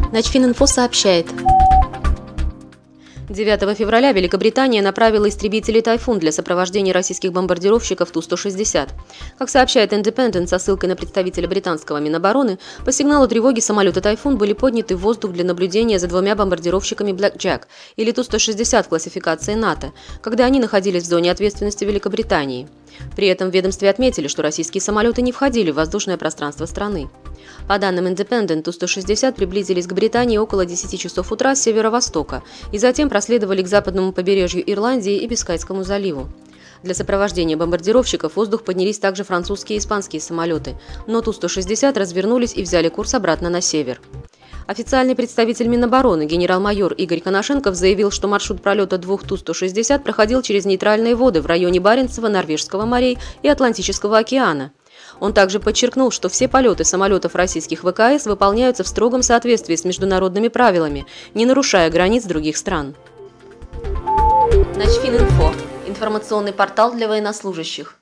Начфининфо сообщает. 9 февраля Великобритания направила истребители «Тайфун» для сопровождения российских бомбардировщиков Ту-160. Как сообщает Independent со ссылкой на представителя британского Минобороны, по сигналу тревоги самолеты «Тайфун» были подняты в воздух для наблюдения за двумя бомбардировщиками «Блэкджек» или Ту-160 классификации НАТО, когда они находились в зоне ответственности Великобритании. При этом в ведомстве отметили, что российские самолеты не входили в воздушное пространство страны. По данным Independent, Ту-160 приблизились к Британии около 10 часов утра с северо-востока и затем проследовали к западному побережью Ирландии и Бискайскому заливу. Для сопровождения бомбардировщиков в воздух поднялись также французские и испанские самолеты, но Ту-160 развернулись и взяли курс обратно на север. Официальный представитель Минобороны генерал-майор Игорь Коношенков заявил, что маршрут пролета двух Ту-160 проходил через нейтральные воды в районе Баренцева, Норвежского морей и Атлантического океана. Он также подчеркнул, что все полеты самолетов российских ВКС выполняются в строгом соответствии с международными правилами, не нарушая границ других стран. Начфининфо – информационный портал для военнослужащих.